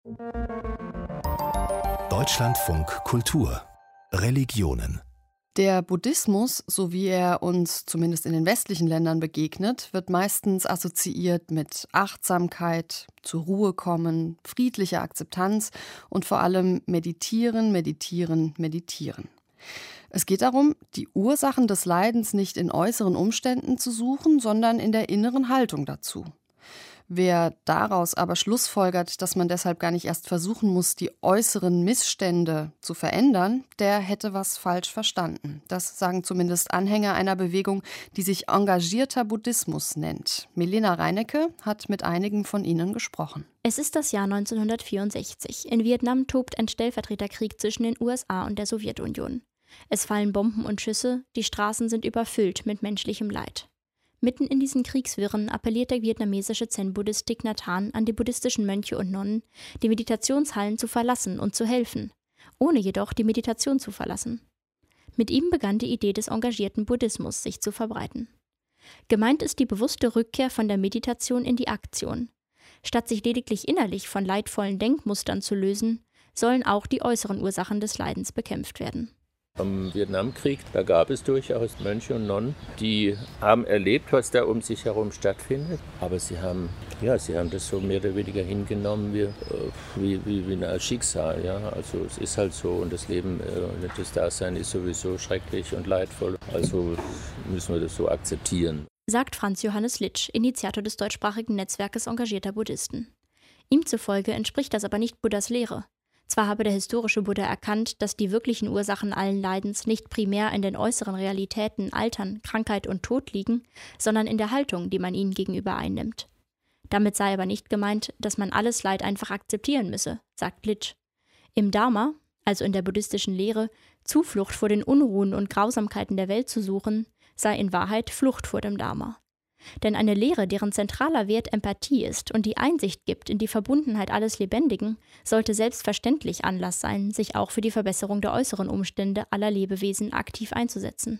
Deutschlandfunk Kultur Religionen. Der Buddhismus, so wie er uns zumindest in den westlichen Ländern begegnet, wird meistens assoziiert mit Achtsamkeit, zur Ruhe kommen, friedlicher Akzeptanz und vor allem meditieren, meditieren, meditieren. Es geht darum, die Ursachen des Leidens nicht in äußeren Umständen zu suchen, sondern in der inneren Haltung dazu. Wer daraus aber schlussfolgert, dass man deshalb gar nicht erst versuchen muss, die äußeren Missstände zu verändern, der hätte was falsch verstanden. Das sagen zumindest Anhänger einer Bewegung, die sich engagierter Buddhismus nennt. Milena Reinecke hat mit einigen von ihnen gesprochen. Es ist das Jahr 1964. In Vietnam tobt ein Stellvertreterkrieg zwischen den USA und der Sowjetunion. Es fallen Bomben und Schüsse, die Straßen sind überfüllt mit menschlichem Leid. Mitten in diesen Kriegswirren appelliert der vietnamesische Zen-Buddhist Thich Nhat Hanh an die buddhistischen Mönche und Nonnen, die Meditationshallen zu verlassen und zu helfen, ohne jedoch die Meditation zu verlassen. Mit ihm begann die Idee des engagierten Buddhismus sich zu verbreiten. Gemeint ist die bewusste Rückkehr von der Meditation in die Aktion. Statt sich lediglich innerlich von leidvollen Denkmustern zu lösen, sollen auch die äußeren Ursachen des Leidens bekämpft werden. Am Vietnamkrieg, da gab es durchaus Mönche und Nonnen, die haben erlebt, was da um sich herum stattfindet. Aber sie haben das so mehr oder weniger hingenommen wie ein Schicksal. Ja? Also es ist halt so und das Leben, das Dasein ist sowieso schrecklich und leidvoll. Also müssen wir das so akzeptieren. Sagt Franz Johannes Litsch, Initiator des deutschsprachigen Netzwerkes engagierter Buddhisten. Ihm zufolge entspricht das aber nicht Buddhas Lehre. Zwar habe der historische Buddha erkannt, dass die wirklichen Ursachen allen Leidens nicht primär in den äußeren Realitäten Altern, Krankheit und Tod liegen, sondern in der Haltung, die man ihnen gegenüber einnimmt. Damit sei aber nicht gemeint, dass man alles Leid einfach akzeptieren müsse, sagt Litsch. Im Dharma, also in der buddhistischen Lehre, Zuflucht vor den Unruhen und Grausamkeiten der Welt zu suchen, sei in Wahrheit Flucht vor dem Dharma. Denn eine Lehre, deren zentraler Wert Empathie ist und die Einsicht gibt in die Verbundenheit alles Lebendigen, sollte selbstverständlich Anlass sein, sich auch für die Verbesserung der äußeren Umstände aller Lebewesen aktiv einzusetzen.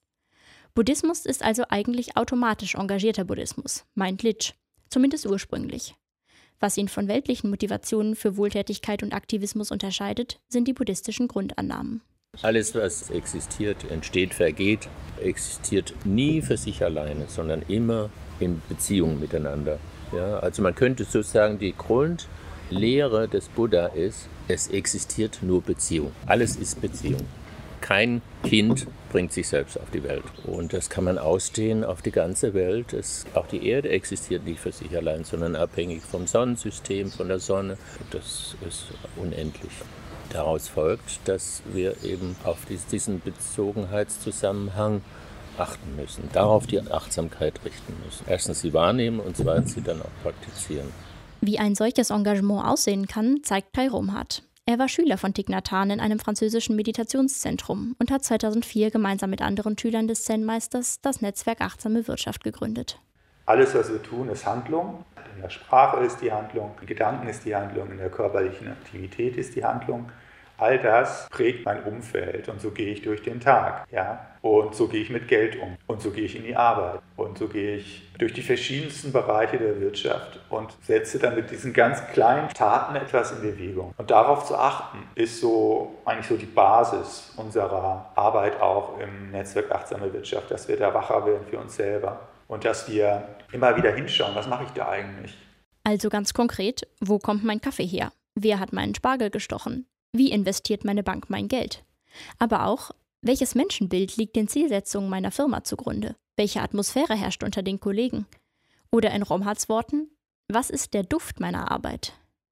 Buddhismus ist also eigentlich automatisch engagierter Buddhismus, meint Litsch, zumindest ursprünglich. Was ihn von weltlichen Motivationen für Wohltätigkeit und Aktivismus unterscheidet, sind die buddhistischen Grundannahmen. Alles, was existiert, entsteht, vergeht, existiert nie für sich alleine, sondern immer in Beziehung miteinander. Ja, also man könnte so sagen, die Grundlehre des Buddha ist, es existiert nur Beziehung. Alles ist Beziehung. Kein Kind bringt sich selbst auf die Welt. Und das kann man ausdehnen auf die ganze Welt. Auch die Erde existiert nicht für sich allein, sondern abhängig vom Sonnensystem, von der Sonne. Das ist unendlich. Daraus folgt, dass wir eben auf diesen Bezogenheitszusammenhang achten müssen, darauf die Achtsamkeit richten müssen. Erstens sie wahrnehmen und zweitens sie dann auch praktizieren. Wie ein solches Engagement aussehen kann, zeigt Kai Romhardt. Er war Schüler von Thich Nhat Hanh in einem französischen Meditationszentrum und hat 2004 gemeinsam mit anderen Schülern des Zen-Meisters das Netzwerk Achtsame Wirtschaft gegründet. Alles, was wir tun, ist Handlung. In der Sprache ist die Handlung, in Gedanken ist die Handlung, in der körperlichen Aktivität ist die Handlung. All das prägt mein Umfeld und so gehe ich durch den Tag. Ja? Und so gehe ich mit Geld um und so gehe ich in die Arbeit und so gehe ich durch die verschiedensten Bereiche der Wirtschaft und setze dann mit diesen ganz kleinen Taten etwas in Bewegung. Und darauf zu achten, ist eigentlich so die Basis unserer Arbeit auch im Netzwerk Achtsame Wirtschaft, dass wir da wacher werden für uns selber. Und dass wir immer wieder hinschauen, was mache ich da eigentlich? Also ganz konkret, wo kommt mein Kaffee her? Wer hat meinen Spargel gestochen? Wie investiert meine Bank mein Geld? Aber auch, welches Menschenbild liegt den Zielsetzungen meiner Firma zugrunde? Welche Atmosphäre herrscht unter den Kollegen? Oder in Romhardts Worten, was ist der Duft meiner Arbeit?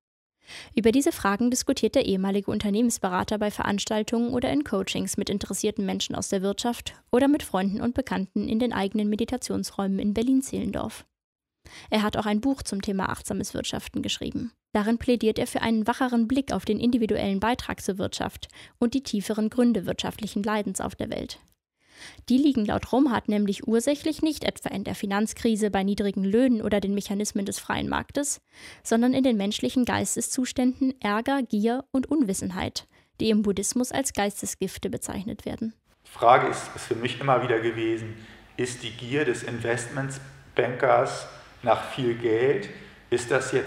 Über diese Fragen diskutiert der ehemalige Unternehmensberater bei Veranstaltungen oder in Coachings mit interessierten Menschen aus der Wirtschaft oder mit Freunden und Bekannten in den eigenen Meditationsräumen in Berlin-Zehlendorf. Er hat auch ein Buch zum Thema achtsames Wirtschaften geschrieben. Darin plädiert er für einen wacheren Blick auf den individuellen Beitrag zur Wirtschaft und die tieferen Gründe wirtschaftlichen Leidens auf der Welt. Die liegen laut Romhardt nämlich ursächlich nicht etwa in der Finanzkrise, bei niedrigen Löhnen oder den Mechanismen des freien Marktes, sondern in den menschlichen Geisteszuständen Ärger, Gier und Unwissenheit, die im Buddhismus als Geistesgifte bezeichnet werden. Die Frage ist für mich immer wieder gewesen, ist die Gier des Investmentsbankers nach viel Geld, ist das jetzt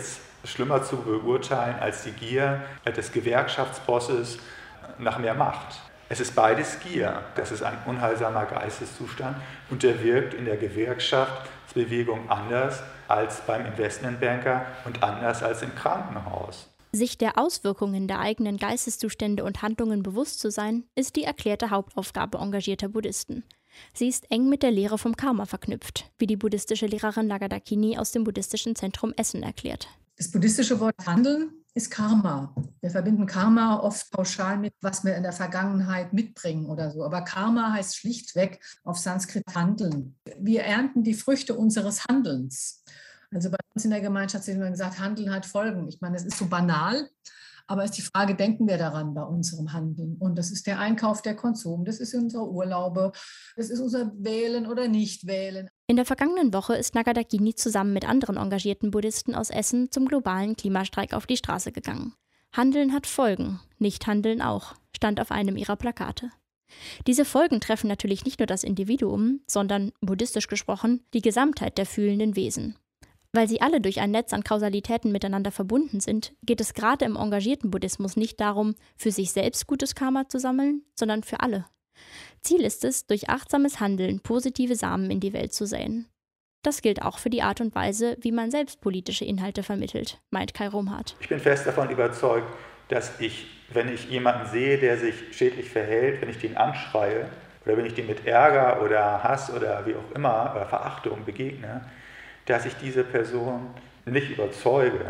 schlimmer zu beurteilen als die Gier des Gewerkschaftsbosses nach mehr Macht. Es ist beides Gier. Das ist ein unheilsamer Geisteszustand und der wirkt in der Gewerkschaftsbewegung anders als beim Investmentbanker und anders als im Krankenhaus. Sich der Auswirkungen der eigenen Geisteszustände und Handlungen bewusst zu sein, ist die erklärte Hauptaufgabe engagierter Buddhisten. Sie ist eng mit der Lehre vom Karma verknüpft, wie die buddhistische Lehrerin Lagadakini aus dem Buddhistischen Zentrum Essen erklärt. Das buddhistische Wort Handeln ist Karma. Wir verbinden Karma oft pauschal mit, was wir in der Vergangenheit mitbringen oder so. Aber Karma heißt schlichtweg auf Sanskrit Handeln. Wir ernten die Früchte unseres Handelns. Also bei uns in der Gemeinschaft wird immer gesagt, Handeln hat Folgen. Ich meine, es ist so banal, aber es ist die Frage, denken wir daran bei unserem Handeln? Und das ist der Einkauf, der Konsum, das ist unsere Urlaube, das ist unser Wählen oder Nicht-Wählen. In der vergangenen Woche ist Lagadakini zusammen mit anderen engagierten Buddhisten aus Essen zum globalen Klimastreik auf die Straße gegangen. Handeln hat Folgen, Nicht-Handeln auch, stand auf einem ihrer Plakate. Diese Folgen treffen natürlich nicht nur das Individuum, sondern, buddhistisch gesprochen, die Gesamtheit der fühlenden Wesen. Weil sie alle durch ein Netz an Kausalitäten miteinander verbunden sind, geht es gerade im engagierten Buddhismus nicht darum, für sich selbst gutes Karma zu sammeln, sondern für alle. Ziel ist es, durch achtsames Handeln positive Samen in die Welt zu säen. Das gilt auch für die Art und Weise, wie man selbst politische Inhalte vermittelt, meint Kai Romhardt. Ich bin fest davon überzeugt, dass wenn ich jemanden sehe, der sich schädlich verhält, wenn ich den anschreie oder wenn ich dem mit Ärger oder Hass oder wie auch immer Verachtung begegne, dass ich diese Person nicht überzeuge.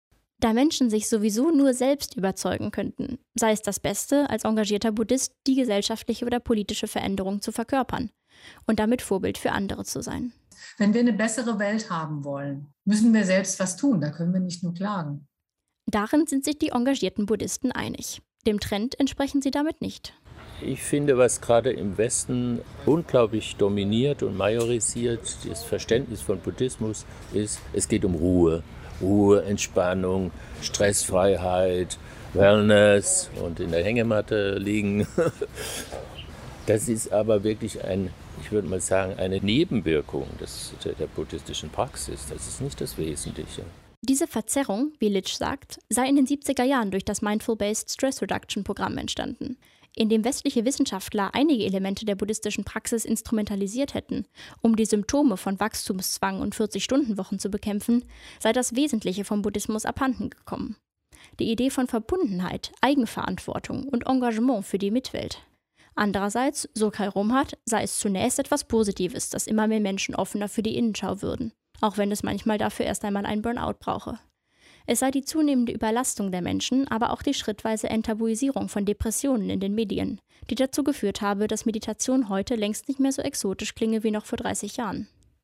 Da Menschen sich sowieso nur selbst überzeugen könnten, sei es das Beste, als engagierter Buddhist die gesellschaftliche oder politische Veränderung zu verkörpern und damit Vorbild für andere zu sein. Wenn wir eine bessere Welt haben wollen, müssen wir selbst was tun, da können wir nicht nur klagen. Darin sind sich die engagierten Buddhisten einig. Dem Trend entsprechen sie damit nicht. Ich finde, was gerade im Westen unglaublich dominiert und majorisiert, das Verständnis von Buddhismus ist, es geht um Ruhe. Ruhe, Entspannung, Stressfreiheit, Wellness und in der Hängematte liegen. Das ist aber wirklich ich würde mal sagen, eine Nebenwirkung der buddhistischen Praxis. Das ist nicht das Wesentliche. Diese Verzerrung, wie Litsch sagt, sei in den 70er Jahren durch das Mindful-Based Stress Reduction Programm entstanden, in dem westliche Wissenschaftler einige Elemente der buddhistischen Praxis instrumentalisiert hätten, um die Symptome von Wachstumszwang und 40-Stunden-Wochen zu bekämpfen, sei das Wesentliche vom Buddhismus abhanden gekommen. Die Idee von Verbundenheit, Eigenverantwortung und Engagement für die Mitwelt. Andererseits, so Kai Romhardt, sei es zunächst etwas Positives, dass immer mehr Menschen offener für die Innenschau würden, auch wenn es manchmal dafür erst einmal einen Burnout brauche. Es sei die zunehmende Überlastung der Menschen, aber auch die schrittweise Enttabuisierung von Depressionen in den Medien, die dazu geführt habe, dass Meditation heute längst nicht mehr so exotisch klinge wie noch vor 30 Jahren.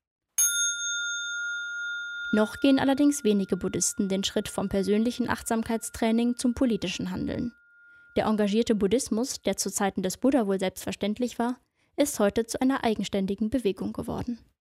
Noch gehen allerdings wenige Buddhisten den Schritt vom persönlichen Achtsamkeitstraining zum politischen Handeln. Der engagierte Buddhismus, der zu Zeiten des Buddha wohl selbstverständlich war, ist heute zu einer eigenständigen Bewegung geworden.